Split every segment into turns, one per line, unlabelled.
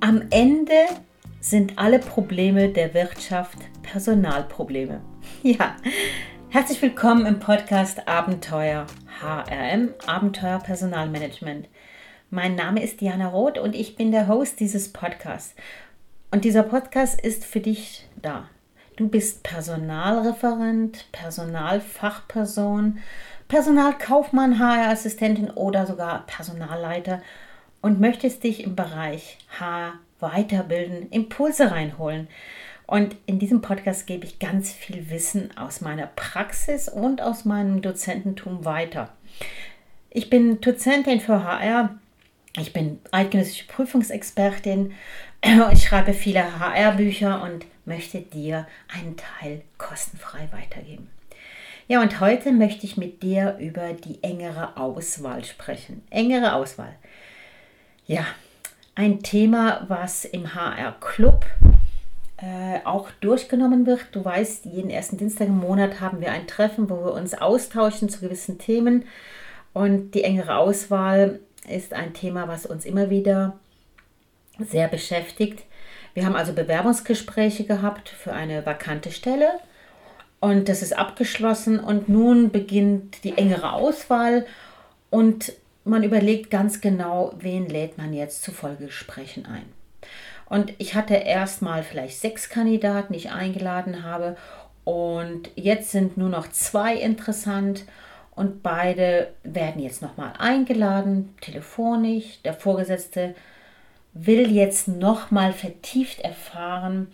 Am Ende sind alle Probleme der Wirtschaft Personalprobleme. Ja, herzlich willkommen im Podcast Abenteuer HRM, Abenteuer Personalmanagement. Mein Name ist Diana Roth und ich bin der Host dieses Podcasts. Und dieser Podcast ist für dich da. Du bist Personalreferent, Personalfachperson, Personalkaufmann, HR-Assistentin oder sogar Personalleiter und möchtest dich im Bereich HR weiterbilden, Impulse reinholen. Und in diesem Podcast gebe ich ganz viel Wissen aus meiner Praxis und aus meinem Dozententum weiter. Ich bin Dozentin für HR, ich bin eidgenössische Prüfungsexpertin, ich schreibe viele HR-Bücher und möchte dir einen Teil kostenfrei weitergeben. Ja, und heute möchte ich mit dir über die engere Auswahl sprechen. Engere Auswahl. Ja, ein Thema, was im HR-Club auch durchgenommen wird. Du weißt, jeden ersten Dienstag im Monat haben wir ein Treffen, wo wir uns austauschen zu gewissen Themen. Und die engere Auswahl ist ein Thema, was uns immer wieder sehr beschäftigt. Wir haben also Bewerbungsgespräche gehabt für eine vakante Stelle und das ist abgeschlossen und nun beginnt die engere Auswahl und man überlegt ganz genau, wen lädt man jetzt zu Folgegesprächen ein. Und ich hatte erstmal vielleicht 6 Kandidaten, die ich eingeladen habe und jetzt sind nur noch 2 interessant und beide werden jetzt nochmal eingeladen, telefonisch. Der Vorgesetzte will jetzt nochmal vertieft erfahren,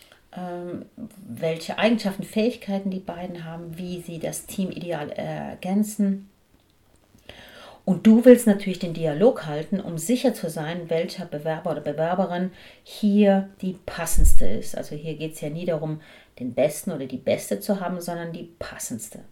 welche Eigenschaften, Fähigkeiten die beiden haben, wie sie das Team ideal ergänzen. Und du willst natürlich den Dialog halten, um sicher zu sein, welcher Bewerber oder Bewerberin hier die passendste ist. Also hier geht es ja nie darum, den Besten oder die Beste zu haben, sondern die passendste.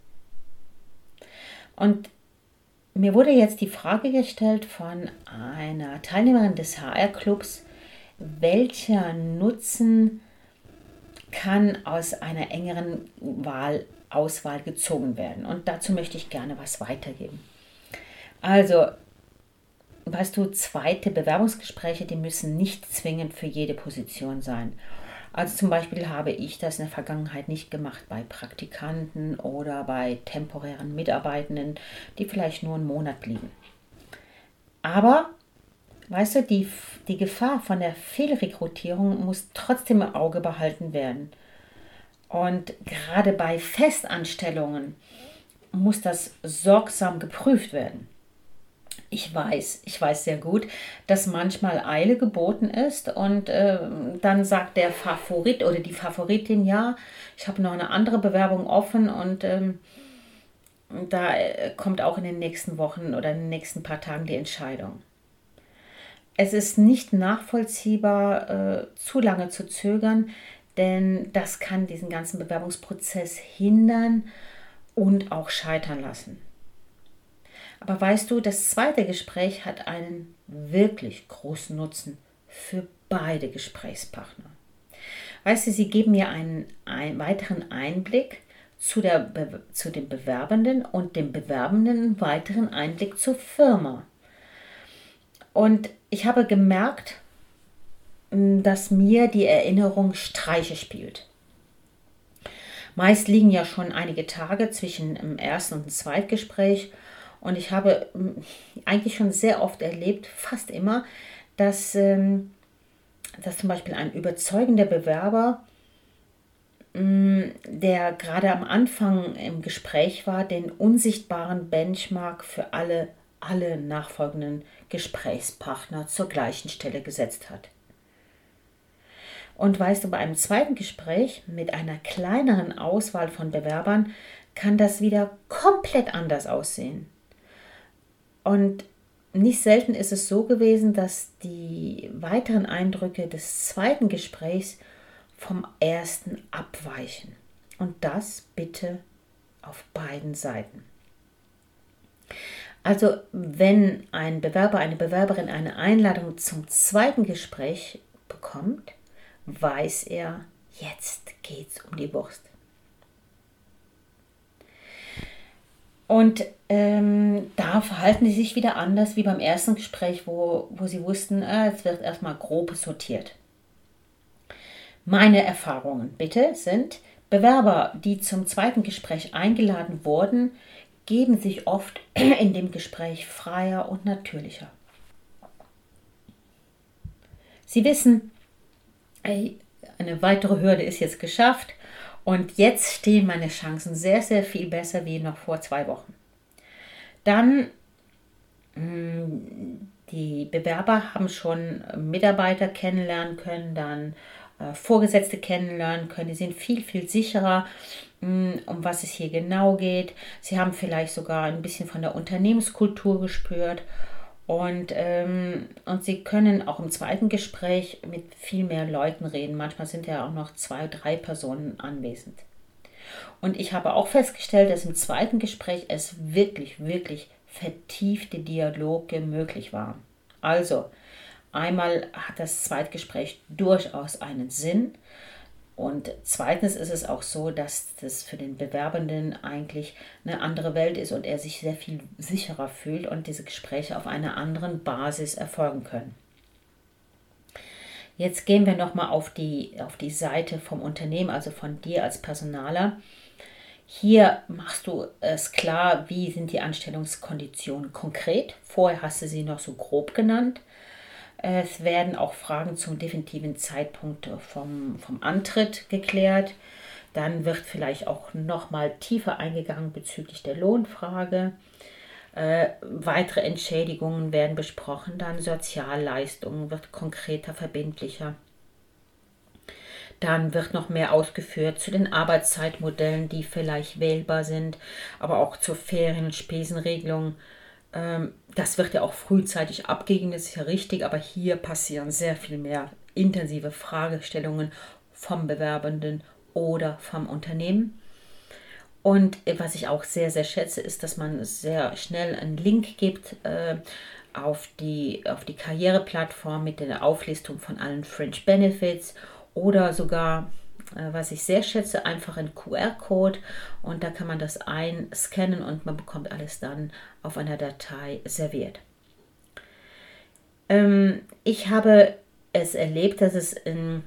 Und mir wurde jetzt die Frage gestellt von einer Teilnehmerin des HR-Clubs, welcher Nutzen kann aus einer engeren Auswahl gezogen werden. Und dazu möchte ich gerne was weitergeben. Also, weißt du, zweite Bewerbungsgespräche, die müssen nicht zwingend für jede Position sein. Also zum Beispiel habe ich das in der Vergangenheit nicht gemacht bei Praktikanten oder bei temporären Mitarbeitenden, die vielleicht nur einen Monat blieben. Aber, weißt du, die Gefahr von der Fehlrekrutierung muss trotzdem im Auge behalten werden. Und gerade bei Festanstellungen muss das sorgsam geprüft werden. Ich weiß sehr gut, dass manchmal Eile geboten ist und dann sagt der Favorit oder die Favoritin, ja, ich habe noch eine andere Bewerbung offen und da kommt auch in den nächsten Wochen oder in den nächsten paar Tagen die Entscheidung. Es ist nicht nachvollziehbar, zu lange zu zögern, denn das kann diesen ganzen Bewerbungsprozess hindern und auch scheitern lassen. Aber weißt du, das zweite Gespräch hat einen wirklich großen Nutzen für beide Gesprächspartner. Weißt du, sie geben mir einen weiteren Einblick zu dem Bewerbenden und dem Bewerbenden einen weiteren Einblick zur Firma. Und ich habe gemerkt, dass mir die Erinnerung Streiche spielt. Meist liegen ja schon einige Tage zwischen dem ersten und dem Zweitgespräch. Und ich habe eigentlich schon sehr oft erlebt, fast immer, dass zum Beispiel ein überzeugender Bewerber, der gerade am Anfang im Gespräch war, den unsichtbaren Benchmark für alle nachfolgenden Gesprächspartner zur gleichen Stelle gesetzt hat. Und weißt du, bei einem zweiten Gespräch mit einer kleineren Auswahl von Bewerbern kann das wieder komplett anders aussehen. Und nicht selten ist es so gewesen, dass die weiteren Eindrücke des zweiten Gesprächs vom ersten abweichen. Und das bitte auf beiden Seiten. Also wenn ein Bewerber, eine Bewerberin eine Einladung zum zweiten Gespräch bekommt, weiß er, jetzt geht's um die Wurst. Und da verhalten sie sich wieder anders wie beim ersten Gespräch, wo sie wussten, es wird erstmal grob sortiert. Meine Erfahrungen bitte sind, Bewerber, die zum zweiten Gespräch eingeladen wurden, geben sich oft in dem Gespräch freier und natürlicher. Sie wissen, eine weitere Hürde ist jetzt geschafft und jetzt stehen meine Chancen sehr, sehr viel besser wie noch vor 2 Wochen. Dann, die Bewerber haben schon Mitarbeiter kennenlernen können, dann Vorgesetzte kennenlernen können. Die sind viel, viel sicherer, um was es hier genau geht. Sie haben vielleicht sogar ein bisschen von der Unternehmenskultur gespürt. Und sie können auch im zweiten Gespräch mit viel mehr Leuten reden. Manchmal sind ja auch noch 2, 3 Personen anwesend. Und ich habe auch festgestellt, dass im zweiten Gespräch es wirklich, wirklich vertiefte Dialoge möglich waren. Also, einmal hat das Zweitgespräch durchaus einen Sinn. Und zweitens ist es auch so, dass das für den Bewerbenden eigentlich eine andere Welt ist und er sich sehr viel sicherer fühlt und diese Gespräche auf einer anderen Basis erfolgen können. Jetzt gehen wir nochmal auf die Seite vom Unternehmen, also von dir als Personaler. Hier machst du es klar, wie sind die Anstellungskonditionen konkret. Vorher hast du sie noch so grob genannt. Es werden auch Fragen zum definitiven Zeitpunkt vom Antritt geklärt. Dann wird vielleicht auch nochmal tiefer eingegangen bezüglich der Lohnfrage. Weitere Entschädigungen werden besprochen, dann Sozialleistungen wird konkreter, verbindlicher. Dann wird noch mehr ausgeführt zu den Arbeitszeitmodellen, die vielleicht wählbar sind, aber auch zur Ferien- und Spesenregelung. Das wird ja auch frühzeitig abgegeben, das ist ja richtig, aber hier passieren sehr viel mehr intensive Fragestellungen vom Bewerbenden oder vom Unternehmen. Und was ich auch sehr, sehr schätze, ist, dass man sehr schnell einen Link gibt auf die Karriereplattform mit der Auflistung von allen Fringe Benefits oder sogar, was ich sehr schätze, einfach ein QR-Code und da kann man das einscannen und man bekommt alles dann auf einer Datei serviert. Ich habe es erlebt, dass es in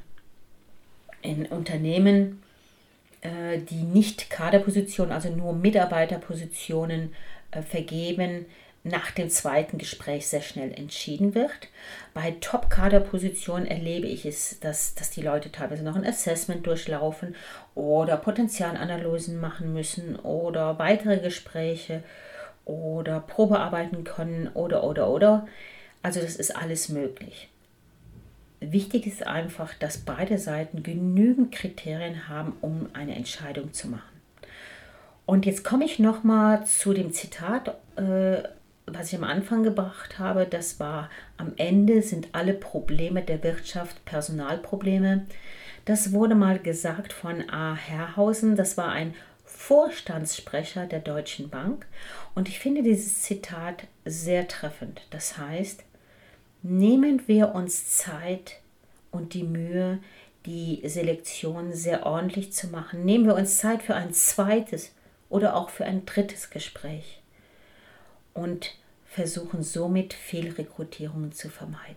Unternehmen, die nicht Kaderpositionen, also nur Mitarbeiterpositionen vergeben, nach dem zweiten Gespräch sehr schnell entschieden wird. Bei Top-Kaderpositionen erlebe ich es, dass die Leute teilweise noch ein Assessment durchlaufen oder Potenzialanalysen machen müssen oder weitere Gespräche oder Probearbeiten können oder. Also das ist alles möglich. Wichtig ist einfach, dass beide Seiten genügend Kriterien haben, um eine Entscheidung zu machen. Und jetzt komme ich nochmal zu dem Zitat, was ich am Anfang gebracht habe. Das war: Am Ende sind alle Probleme der Wirtschaft Personalprobleme. Das wurde mal gesagt von A. Herrhausen. Das war ein Vorstandssprecher der Deutschen Bank. Und ich finde dieses Zitat sehr treffend. Das heißt, nehmen wir uns Zeit und die Mühe, die Selektion sehr ordentlich zu machen. Nehmen wir uns Zeit für ein zweites oder auch für ein drittes Gespräch und versuchen somit Fehlrekrutierungen zu vermeiden.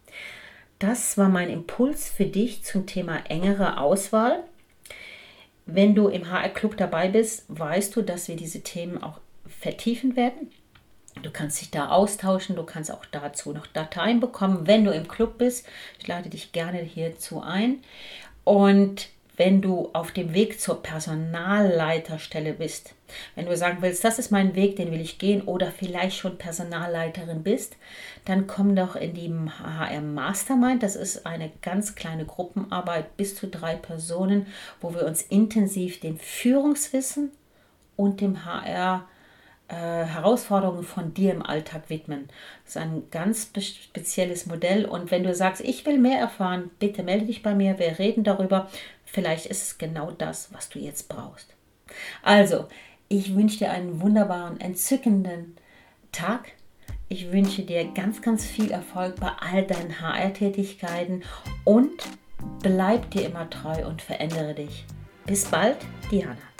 Das war mein Impuls für dich zum Thema engere Auswahl. Wenn du im HR-Club dabei bist, weißt du, dass wir diese Themen auch vertiefen werden. Du kannst dich da austauschen, du kannst auch dazu noch Dateien bekommen, wenn du im Club bist. Ich lade dich gerne hierzu ein. Und wenn du auf dem Weg zur Personalleiterstelle bist, wenn du sagen willst, das ist mein Weg, den will ich gehen, oder vielleicht schon Personalleiterin bist, dann komm doch in die HR Mastermind. Das ist eine ganz kleine Gruppenarbeit, bis zu 3 Personen, wo wir uns intensiv dem Führungswissen und dem HR Herausforderungen von dir im Alltag widmen. Das ist ein ganz spezielles Modell und wenn du sagst, ich will mehr erfahren, bitte melde dich bei mir, wir reden darüber. Vielleicht ist es genau das, was du jetzt brauchst. Also, ich wünsche dir einen wunderbaren, entzückenden Tag. Ich wünsche dir ganz, ganz viel Erfolg bei all deinen HR-Tätigkeiten und bleib dir immer treu und verändere dich. Bis bald, Diana.